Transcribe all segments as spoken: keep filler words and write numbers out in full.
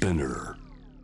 Spinner。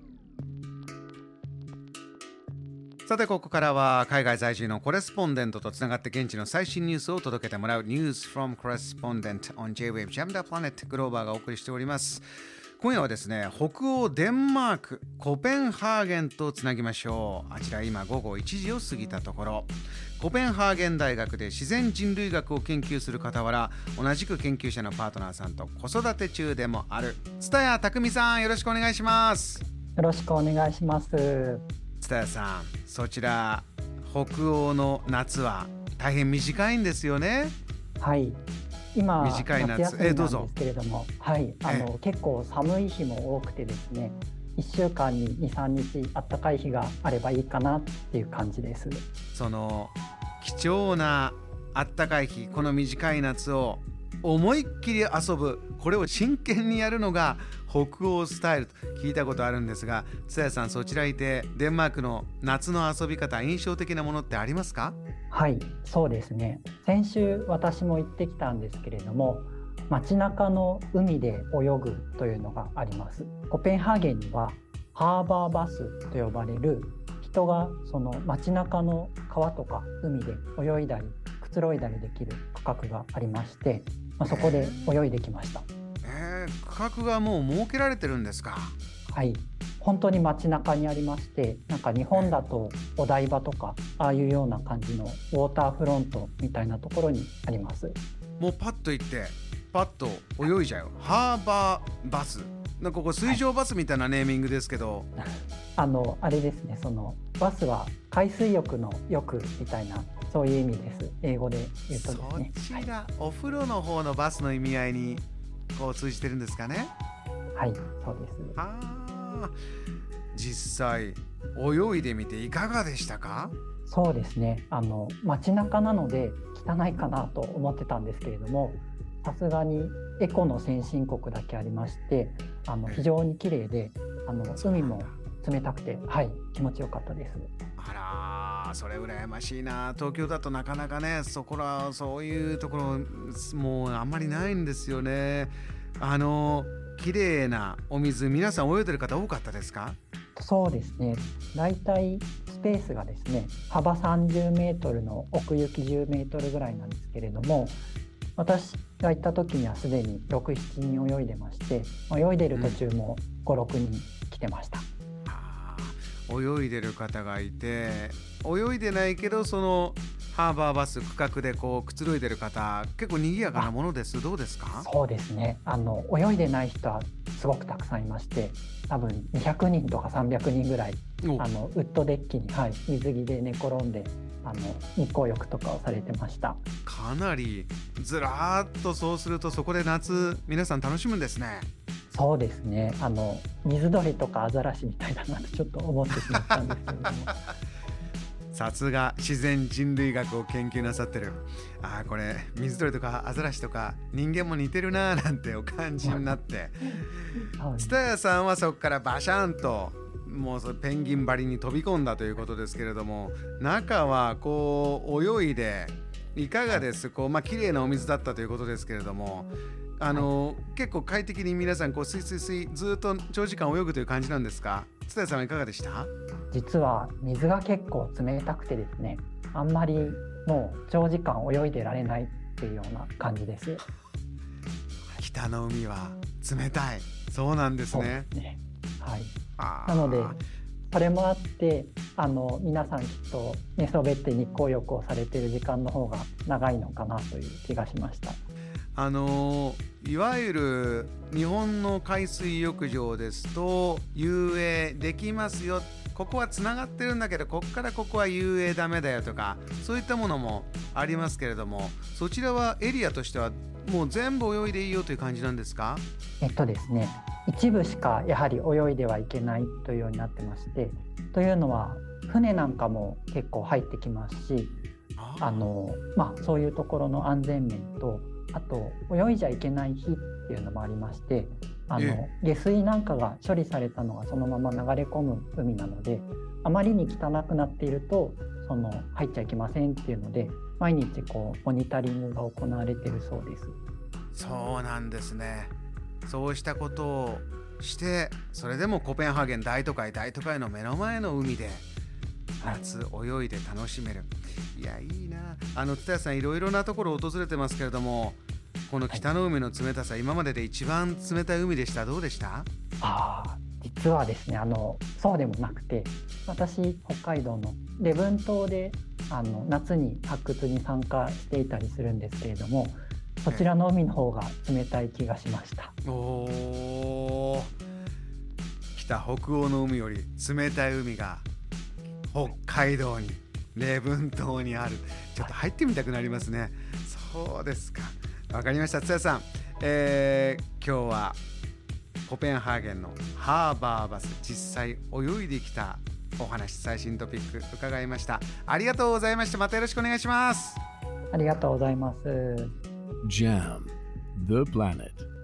さてここからは海外在住のコレスポンデントとつながって現地の最新ニュースを届けてもらう News from Correspondent on J-Wave Jam the Planet グローバーがお送りしております。今夜はですね、北欧デンマークコペンハーゲンとつなぎましょう。あちら今午後いちじを過ぎたところ、コペンハーゲン大学で自然人類学を研究する傍ら、同じく研究者のパートナーさんと子育て中でもある蔦谷匠さん、よろしくお願いします。 よろしくお願いします。 蔦谷さん、そちら北欧の夏は大変短いんですよね。 はい、今短い夏、 夏休みなんですけれども、はい、あの結構寒い日も多くてですね、いっしゅうかんに にさんにちあったかい日があればいいかなっていう感じです。 その貴重なあったかい日、この短い夏を思いっきり遊ぶ、これを真剣にやるのが北欧スタイルと聞いたことあるんですが、蔦谷さん、そちらいてデンマークの夏の遊び方、印象的なものってありますか？ はい、そうですね。先週私も行ってきたんですけれども、街中の海で泳ぐというのがあります。コペンハーゲンにはハーバーバスと呼ばれる、人がその街中の川とか海で泳いだりくつろいだりできる区画がありまして、まあ、そこで泳いできました。 えー、区画がもう設けられてるんですか？ はい、本当に街中にありまして、なんか日本だとお台場とかああいうような感じのウォーターフロントみたいなところにあります。 もうパッと行ってパッと泳いじゃう、ハーバーバス、なんかここ水上バスみたいなネーミングですけど、 はい、あのあれですね、そのバスは海水浴の浴みたいな、そういう意味です。英語で言うとですね。 そちら、はい、お風呂の方のバスの意味合いにこう通じてるんですかね？ はい、そうです。 あ、実際泳いでみていかがでしたか？ そうですね、あの街中なので汚いかなと思ってたんですけれども、さすがにエコの先進国だけありまして、あの非常に綺麗で、あの海も冷たくて、はい、気持ちよかったです。 あら、それ羨ましいな。東京だとなかなかね、そこらそういうところもうあんまりないんですよね。あの綺麗なお水、皆さん泳いでる方多かったですか？ そうですね、だいたいスペースがですね、幅さんじゅうメートルの奥行きじゅうメートルぐらいなんですけれども、私が行った時にはすでにろく、しちにん泳いでまして、泳いでる途中もご、ろくにん来てました。 あ、泳いでる方がいて、泳いでないけどそのハーバーバス区画でこうくつろいでる方、結構賑やかなものです。どうですか？ そうですね、あの泳いでない人はすごくたくさんいまして、多分にひゃくにんとかさんびゃくにんぐらい、あのウッドデッキに、はい、水着で寝転んで、あの日光浴とかをされてました。 かなりずらーっと、そうするとそこで夏皆さん楽しむんですね。 そうですね、あの水鳥とかアザラシみたいだなとちょっと思ってしまったんですけれどもさすが自然人類学を研究なさってる。あ、これ水鳥とかアザラシとか人間も似てるななんてお感じになって蔦谷さんはそこからバシャンともうペンギン張りに飛び込んだということですけれども、中はこう泳いでいかがです？こう、まあ綺麗なお水だったということですけれども、あの、はい、結構快適に皆さんこうスイスイスイずっと長時間泳ぐという感じなんですか？蔦谷さんはいかがでした？ 実は水が結構冷たくてですね、あんまりもう長時間泳いでられないっていうような感じです。 北の海は冷たい。そうなんですね。 そうですね、はい。なのでそれもあって、あの皆さんきっと寝そべって日光浴をされている時間の方が長いのかなという気がしました。 あのいわゆる日本の海水浴場ですと遊泳できますよ、ここはつながってるんだけどここからここは遊泳ダメだよとか、そういったものもありますけれども、そちらはエリアとしてはもう全部泳いでいいよという感じなんですか？ えっとですね、一部しかやはり泳いではいけないというようになってまして、というのは船なんかも結構入ってきますし、ああの、まあ、そういうところの安全面と、あと泳いじゃいけない日っていうのもありまして、あの下水なんかが処理されたのがそのまま流れ込む海なので、あまりに汚くなっているとその入っちゃいけませんっていうので、毎日こうモニタリングが行われているそうです。 そうなんですね。そうしたことをしてそれでもコペンハーゲン大都会大都会の目の前の海で夏泳いで楽しめる。いやいいな。あの蔦谷さんいろいろなところを訪れてますけれども、この北の海の冷たさ、はい、今までで一番冷たい海でした？どうでした？ あ実はですね、あのそうでもなくて、私北海道の礼文島であの夏に発掘に参加していたりするんですけれども、そちらの海の方が冷たい気がしました。 おー、北北欧の海より冷たい海が北海道に礼文島にある。ちょっと入ってみたくなりますね。そうですか、わかりました。蔦谷さん、えー、今日はコペンハーゲンのハーバーバス実際泳いできたお話、最新トピック伺いました。ありがとうございました。またよろしくお願いします。 ありがとうございます。 ジャム The Planet